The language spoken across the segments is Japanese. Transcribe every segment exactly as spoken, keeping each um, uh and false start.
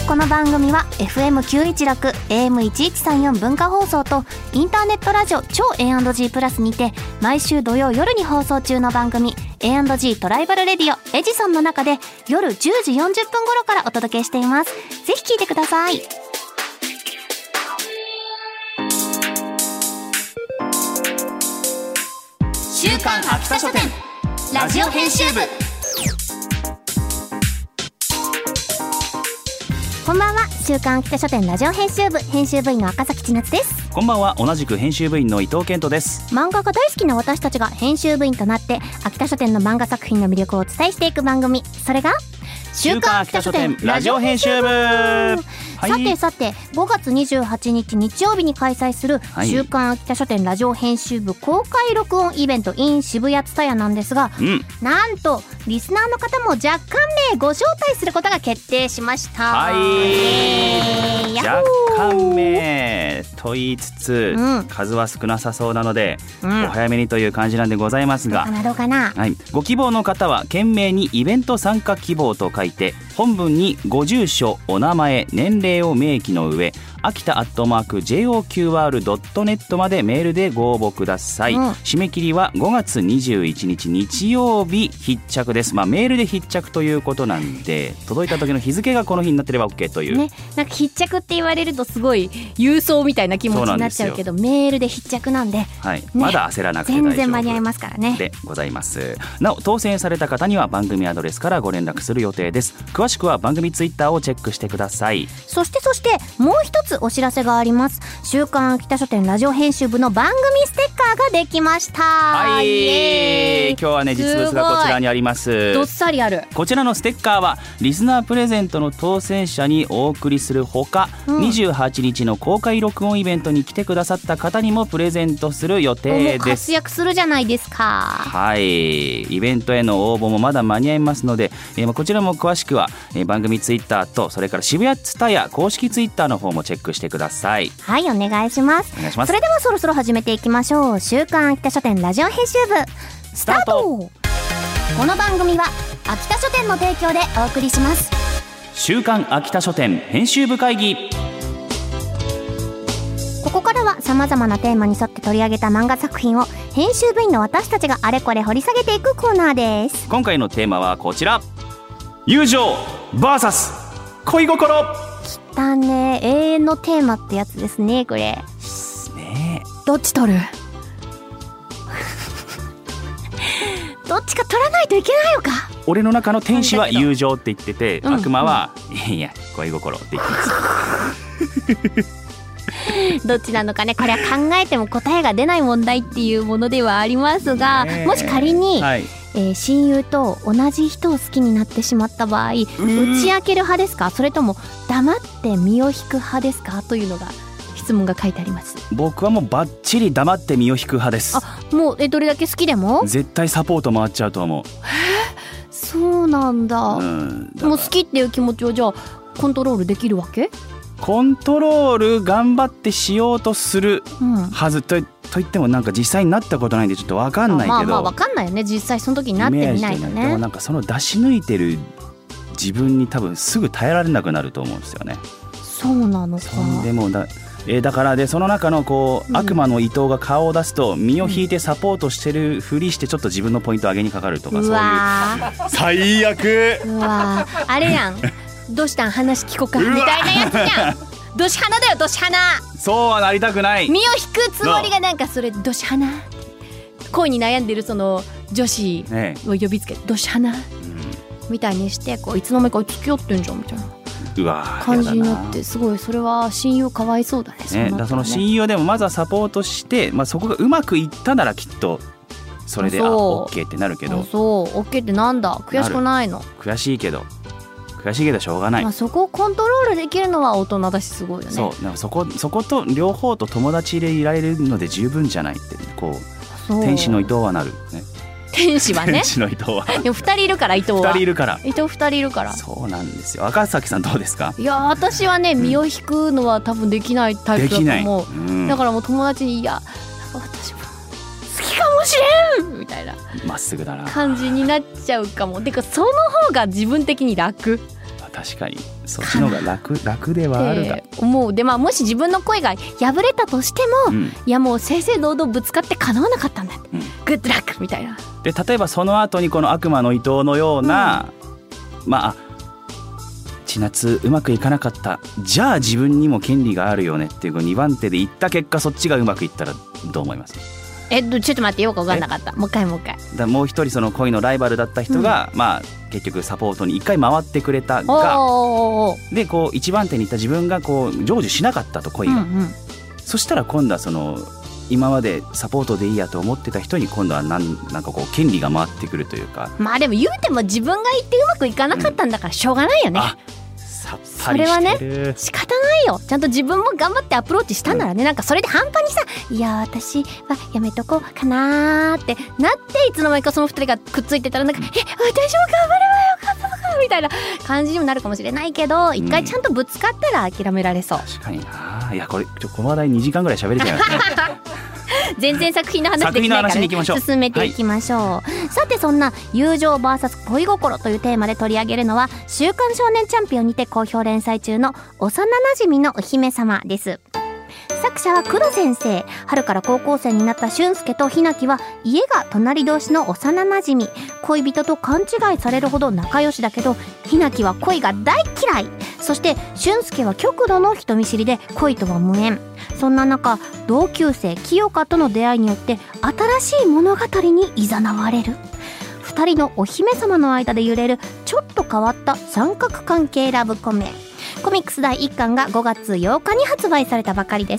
この番組は エフエムきゅういちろく エーエムいちいちさんよん 文化放送とインターネットラジオ超 エーアンドジー プラスにて毎週土曜夜に放送中の番組 エーアンドジー トライバルレディオエジソンの中で夜じゅうじよんじゅっぷん頃からお届けしています。ぜひ聞いてください。 週刊秋田書店ラジオ編集部。 こんばんは。週刊秋田書店ラジオ編集部編集部員の赤崎千夏です。 こんばんは。同じく編集部員の伊藤健人です。 漫画が大好きな私たちが編集部員となって秋田書店の漫画作品の魅力をお伝えしていく番組、それが週刊秋田書店ラジオ編集部、はい、 さてさてごがつにじゅうはちにち日曜日に開催する週刊秋田書店ラジオ編集部公開録音イベント in 渋谷ツタヤなんですが、うん、なんとリスナーの方も若干名ご招待することが決定しました。 はい、えー、若干名と言いつつ、うん、数は少なさそうなので、うん、お早めにという感じなんでございますが、 どうかなどうかな、 はい、ご希望の方は懸命にイベント参加希望と書いて本文にご住所お名前年齢を明記の上秋田アットマーク ジェイオーキューアールドットネット までメールでご応募ください、うん、締め切りはごがつにじゅういちにち日曜日必着です。まあメールで必着ということなんで届いた時の日付がこの日になってれば OK という、 ね、なんか必着って言われるとすごい郵送みたいな気持ちになっちゃうけどメールで必着なんで、 はい、ね、まだ焦らなくて大丈夫全然間に合いますからねでございます。なお当選された方には番組アドレスからご連絡する予定です。詳しくは番組ツイッターをチェックしてください。 そしてそしてもう一つお知らせがあります。週刊秋田書店ラジオ編集部の番組ステッカーができました。 はい、今日はね実物がこちらにあります。 どっさりある。 こちらのステッカーはリスナープレゼントの当選者にお送りするほか、うん、にじゅうはちにちの公開録音イベントに来てくださった方にもプレゼントする予定です。 活躍するじゃないですか。 はい、イベントへの応募もまだ間に合いますので、えー、こちらも詳しくは、えー、番組ツイッターとそれから渋谷ツタヤ公式ツイッターの方もチェックしてください。 はい、お願いします。 お願いします。 それではそろそろ始めていきましょう。週刊秋田書店ラジオ編集部スタート。この番組は秋田書店の提供でお送りします。 週刊秋田書店編集部会議。 ここからは様々なテーマに沿って取り上げた漫画作品を編集部員の私たちがあれこれ掘り下げていくコーナーです。 今回のテーマはこちら、友情 ブイエス 恋心。 きたね、永遠のテーマってやつですねこれね。どっち取るどっちか取らないといけないのか。 俺の中の天使は友情って言ってて、うん、悪魔は、うん、いや恋心って言ってますどっちなのかね。これは考えても答えが出ない問題っていうものではありますが、もし仮に、はい、えー、親友と同じ人を好きになってしまった場合、打ち明ける派ですか、それとも黙って身を引く派ですかというのが質問が書いてあります。 僕はもうバッチリ黙って身を引く派です。 あ、もうえどれだけ好きでも絶対サポート回っちゃうと思う。 そうなんだ、うん、だもう好きっていう気持ちをじゃあコントロールできるわけ？ コントロール頑張ってしようとするはず、うん、と, と言ってもなんか実際になったことないんでちょっと分かんないけど、 まあまあ分かんないよね実際その時になってみないとね。 でもなんかその出し抜いてる自分に多分すぐ耐えられなくなると思うんですよね。 そうなのか。 でもだえー、だからでその中のこう、うん、悪魔の伊藤が顔を出すと身を引いてサポートしてるふりしてちょっと自分のポイント上げにかかるとか、 うそういう最悪。 うわあれやんどうしたん話聞こかみたいなやつやんどし花だよどし花。 そうはなりたくない。 身を引くつもりがなんかそれどし花恋に悩んでるその女子を呼びつけてどし花、うん、みたいにしてこういつの間にか付き合ってんじゃんみたいなうわ感じになって、すごいそれは親友かわいそうだ ね, ね, ね。だその親友でもまずはサポートして、まあ、そこがうまくいったならきっとそれであ OK ってなるけど、 そう OK ってなんだ悔しくないの。 悔しいけど悔しいけどしょうがない、 まあ、そこをコントロールできるのは大人だしすごいよね。 そうなんかそこそこと両方と友達でいられるので十分じゃないってこう天使の伊藤はなるね。 天使はね天使の伊藤はでもふたりいるから伊藤はふたりいるから伊藤ふたりいるからそうなんですよ。赤崎さんどうですか？ いや私はね身を引くのは多分できないタイプだと思う、うん、だからもう友達にいや私も好きかもしれんみたいなまっすぐだな感じになっちゃうかも。てかその方が自分的に楽。 確かにそっちの方が楽楽ではあるが思う。で、まあ、もし自分の恋が破れたとしても、うん、いやもう正々堂々ぶつかって叶わなかったんだって、うん、グッドラックみたいな。 で例えばその後にこの悪魔の伊藤のような、うん、まあ千夏うまくいかなかった、じゃあ自分にも権利があるよねっていうにばん手で言った結果そっちがうまくいったらどう思います？ えちょっと待って、よく分かんなかった。もう一回もう一回。 だもう一人その恋のライバルだった人が、うん、まあ結局サポートに一回回ってくれたが、でこう一番手に行った自分がこう成就しなかったと恋が、うんうん、そしたら今度はその今までサポートでいいやと思ってた人に今度はなんなんかこう権利が回ってくるというか。 まあでも言うても自分が言ってうまくいかなかったんだからしょうがないよね、うん、 さっぱりしてる。 それはね仕方ないよ。ちゃんと自分も頑張ってアプローチしたんならね、うん、なんかそれで半端にさ、いや私はやめとこうかなーってなっていつの間にかその二人がくっついてたらなんか、うん、え私も頑張ればよかったのかみたいな感じにもなるかもしれないけど、一回ちゃんとぶつかったら諦められそう、うん、 確かにな。いやこれちょこの話題にじかんぐらい喋れちゃいますね全然作品の話できないから、ね、進めていきましょう、はい、さてそんな友情 ブイエス 恋心というテーマで取り上げるのは週刊少年チャンピオンにて好評連載中の幼馴染のお姫様です。作者は工藤先生。春から高校生になった俊介とひなきは家が隣同士の幼馴染。恋人と勘違いされるほど仲良しだけど、ひなきは恋が大嫌い。そして俊介は極度の人見知りで恋とは無縁。そんな中、同級生清香との出会いによって新しい物語に誘われる。二人のお姫様の間で揺れるちょっと変わった三角関係ラブコメ。コミックスだいいっかんがごがつようかに発売されたばかりです。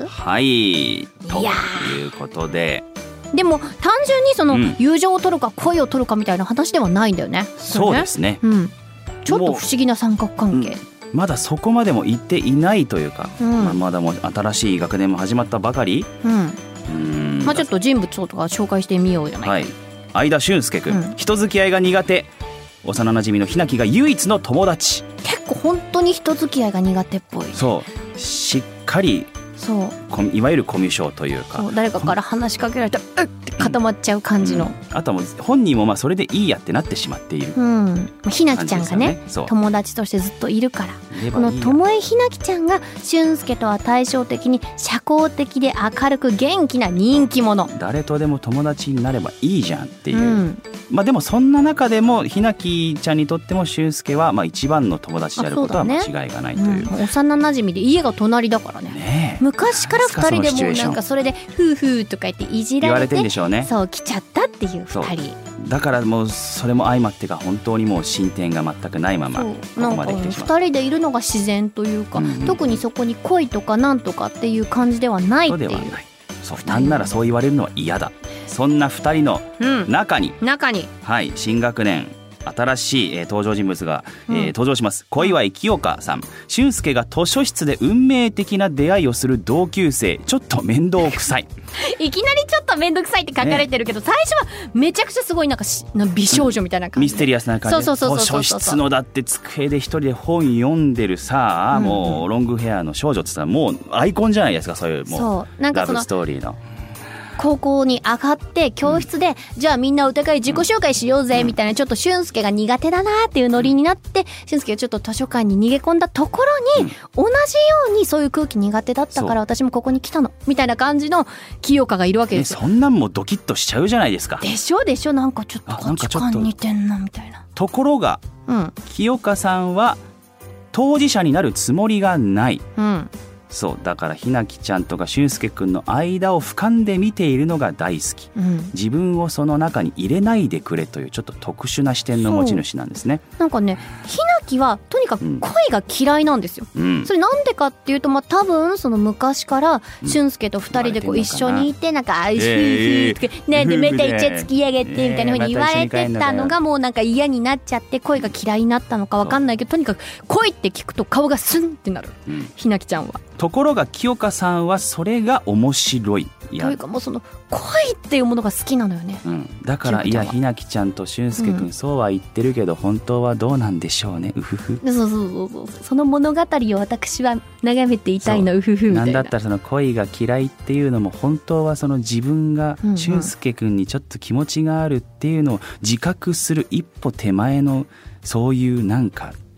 はいということで、 でも単純にその友情を取るか恋を取るかみたいな話ではないんだよね、うん、 そうですね、 うん、ちょっと不思議な三角関係、うん、 まだそこまでも行っていないというか、うんまあ、まだも新しい学年も始まったばかり、うん、うんまあ、 ちょっと人物とか紹介してみようじゃないか、はい、 相田俊介くん、うん、人付き合いが苦手。幼馴染のひなきが唯一の友達。 結構本当に人付き合いが苦手っぽい。 そうしっかりそういわゆるコミュ障というか、 そう誰かから話しかけられたらうって固まっちゃう感じの、うん、 あとはもう本人もまあそれでいいやってなってしまっている、うん、 ひなきちゃんが ね, ね友達としてずっといるから、このともえひなきちゃんが俊介とは対照的に社交的で明るく元気な人気者。 誰とでも友達になればいいじゃんっていう、うん、まあでもそんな中でもひなきちゃんにとっても俊介はまあ一番の友達であることは間違いがないという、ねうん、 幼馴染で家が隣だから ね, ね昔からふたりでもなんかそれでフーフーとか言っていじられて言われてんでしょうね。そう来ちゃったっていうふたりだからもうそれも相まってか本当にもう進展が全くないままここまで来てしまう。 ふたりでいるのが自然というか、うんうん、特にそこに恋とかなんとかっていう感じではないっていう。そうではない。 そうなんならそう言われるのは嫌だ。そんなふたりの中に、 うん、中にはい新学年新しい、えー、登場人物が、えーうん、登場します。小祝清香さん。俊介が図書室で運命的な出会いをする同級生。ちょっと面倒くさいいきなりちょっと面倒くさいって書かれてるけど、ね、最初はめちゃくちゃすごいなんか美少女みたいな感じ、 ミステリアスな感じで図書室のだって机で一人で本読んでるさ、うん、もうロングヘアの少女って言ったらもうアイコンじゃないですか。そういうもうそうなんかそのラブストーリーの高校に上がって教室で、うん、じゃあみんなお互い自己紹介しようぜみたいな、ちょっと俊介が苦手だなっていうノリになって、俊介がちょっと図書館に逃げ込んだところに、うん、同じようにそういう空気苦手だったから私もここに来たのみたいな感じの清香がいるわけですよ、 ね、そんなんもドキッとしちゃうじゃないですか。 でしょでしょなんかちょっと価値観似てんなみたいな。 ところが、うん、清香さんは当事者になるつもりがない、うんそうだからひなきちゃんとか俊介くんの間を俯瞰で見ているのが大好き、うん、自分をその中に入れないでくれというちょっと特殊な視点の持ち主なんですね。 なんかねひなきはとにかく恋が嫌いなんですよ、うん、それなんでかっていうと、まあ、多分その昔から俊介と二人でこう一緒にいてなんか、うん、あいしーってねでめたいちゃつきやがってみたいな風に言われてたのがもうなんか嫌になっちゃって恋が嫌いになったのか分かんないけど、とにかく恋って聞くと顔がスンってなる、うん、ひなきちゃんは。 ところが清香さんはそれが面白い。 いやというかもうその恋っていうものが好きなのよね、 うん、だからいやひなきちゃんと俊介くん、うん、そうは言ってるけど本当はどうなんでしょうねうふふ。 そうそうそうそうその物語を私は眺めていたいのうふふみたいな。 なんだったらその恋が嫌いっていうのも本当はその自分が俊介くんにちょっと気持ちがあるっていうのを自覚する一歩手前のそういうなんか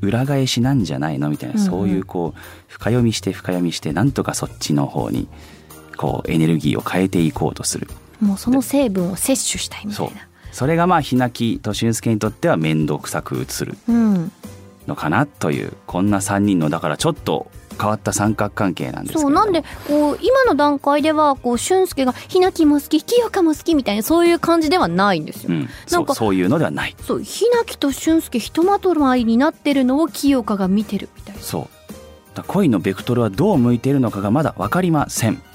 裏返しなんじゃないのみたいな、うんうん、そういうこう深読みして深読みしてなんとかそっちの方にこうエネルギーを変えていこうとする。 もうその成分を摂取したいみたいな。 そうそれがまあひなきと俊介にとっては面倒くさく映るのかなという、うん、こんなさんにんのだからちょっと変わった三角関係なんですけど。 そうなんでこう今の段階ではこう俊介がひなきも好き清香も好きみたいなそういう感じではないんですよ、うん、 なんか そ, そういうのではない。 そうひなきと俊介ひとまとまりになってるのを清香が見てるみたいな。 そうだ恋のベクトルはどう向いているのかがまだ分かりません、 うん、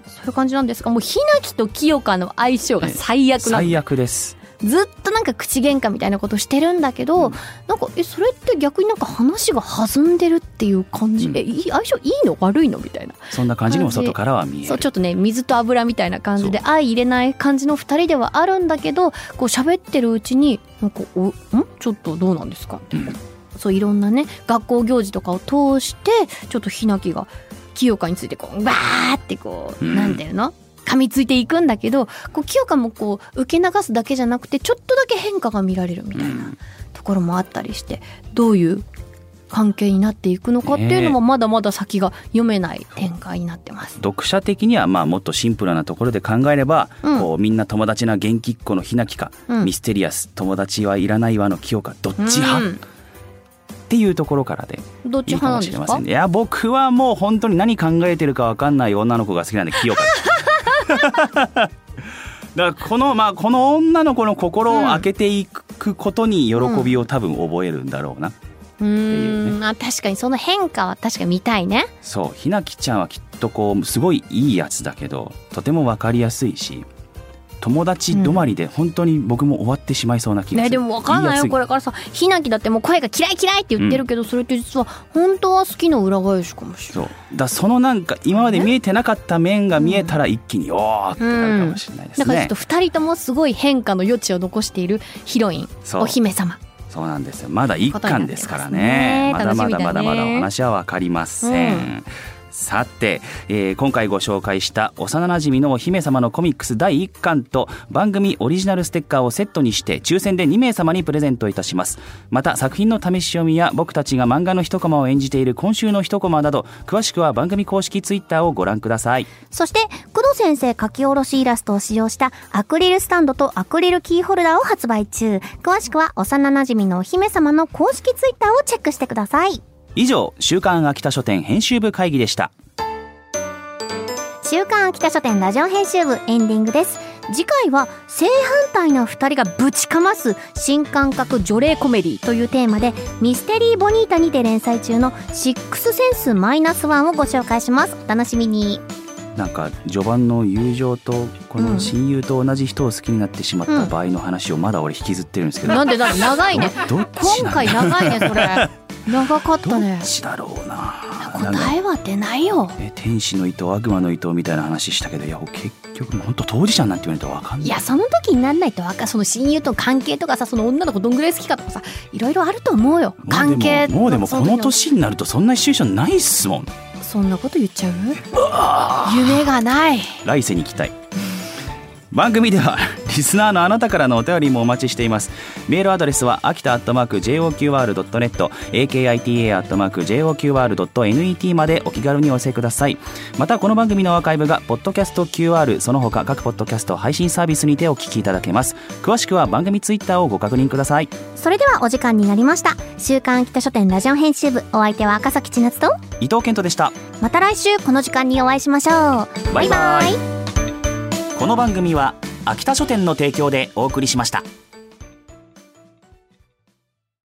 そういう感じなんですがもうひなきと清香の相性が最悪なの。 最悪です。 ずっとなんか口喧嘩みたいなことしてるんだけど、うん、なんかえそれって逆になんか話が弾んでるっていう感じ、うん、え相性いいの悪いのみたいなそんな感じにも外からは見える。 そうちょっとね水と油みたいな感じで相入れない感じのふたりではあるんだけどこう喋ってるうちになんかおんちょっとどうなんですかって、うん、そういろんなね学校行事とかを通してちょっとひなきが清香についてこうバーってこう、うん、なんていうの噛みついていくんだけどこう清香もこう受け流すだけじゃなくてちょっとだけ変化が見られるみたいなところもあったりしてどういう関係になっていくのかっていうのもまだまだ先が読めない展開になってます。 読者的にはまあもっとシンプルなところで考えれば、うん、こうみんな友達な元気っ子のひなきか、うん、ミステリアス友達はいらないわの清香どっち派、うんっていうところからでどっち派なんですか？いいかもしれません。 いや僕はもう本当に何考えてるか分かんない女の子が好きなんで清香だからこの、まあ、この女の子の心を開けていくことに喜びを多分覚えるんだろうなっていうね、 うん、あ確かにその変化は確か見たいね。 そうひなきちゃんはきっとこうすごいいいやつだけどとても分かりやすいし友達止まりで本当に僕も終わってしまいそうな気がする、 ね、でも分かんないよこれからさひなきだってもう声が嫌い嫌いって言ってるけど、うん、それって実は本当は好きの裏返しかもしれない。 そうだそのなんか今まで見えてなかった面が見えたら一気におーってなるかもしれないですね、 うん、だからちょっとふたりともすごい変化の余地を残しているヒロインお姫様。 そうなんですよまだ一巻ですからねまだまだまだまだお話は分かりません、うんさて、えー、今回ご紹介した幼なじみのお姫様のコミックスだいいっかんと番組オリジナルステッカーをセットにして抽選でにめい様にプレゼントいたします。また作品の試し読みや僕たちが漫画の一コマを演じている今週の一コマなど詳しくは番組公式ツイッターをご覧ください。 そして工藤先生書き下ろしイラストを使用したアクリルスタンドとアクリルキーホルダーを発売中。詳しくは幼なじみのお姫様の公式ツイッターをチェックしてください。 以上週刊秋田書店編集部会議でした。 週刊秋田書店ラジオ編集部エンディングです。次回は正反対なふたりがぶちかます新感覚除霊コメディというテーマでミステリーボニータにて連載中のシックスセンスマイナスワンをご紹介します。お楽しみに。 なんか序盤の友情とこの親友と同じ人を好きになってしまった場合の話をまだ俺引きずってるんですけど、 うん、なんでなんで長いね今回長いねそれ長かったね。 どっちだろうな答えは出ないよ。 え天使の糸悪魔の糸みたいな話したけどいや結局本当当事者になって言われたら分かんない。 いやその時になんないと分かんその親友との関係とかさその女の子どんぐらい好きかとかさいろいろあると思うよ関係。 もうでもこの年になるとそんなシチュエーションないっすもん。 そんなこと言っちゃう夢がない。 来世に期待。番組ではリスナーのあなたからのお便りもお待ちしています。メールアドレスは秋田アットマーク ジェイオーキューアールドットネット エーケーアイティーエー アットマーク ジェイオーキューアールドットネット までお気軽にお寄せください。またこの番組のアーカイブがポッドキャスト キューアール その他各ポッドキャスト配信サービスにてお聞きいただけます。詳しくは番組ツイッターをご確認ください。 それではお時間になりました。週刊秋田書店ラジオ編集部お相手は赤崎千夏と伊藤健人でした。 また来週この時間にお会いしましょう。バイバイ。 この番組は秋田書店の提供でお送りしました。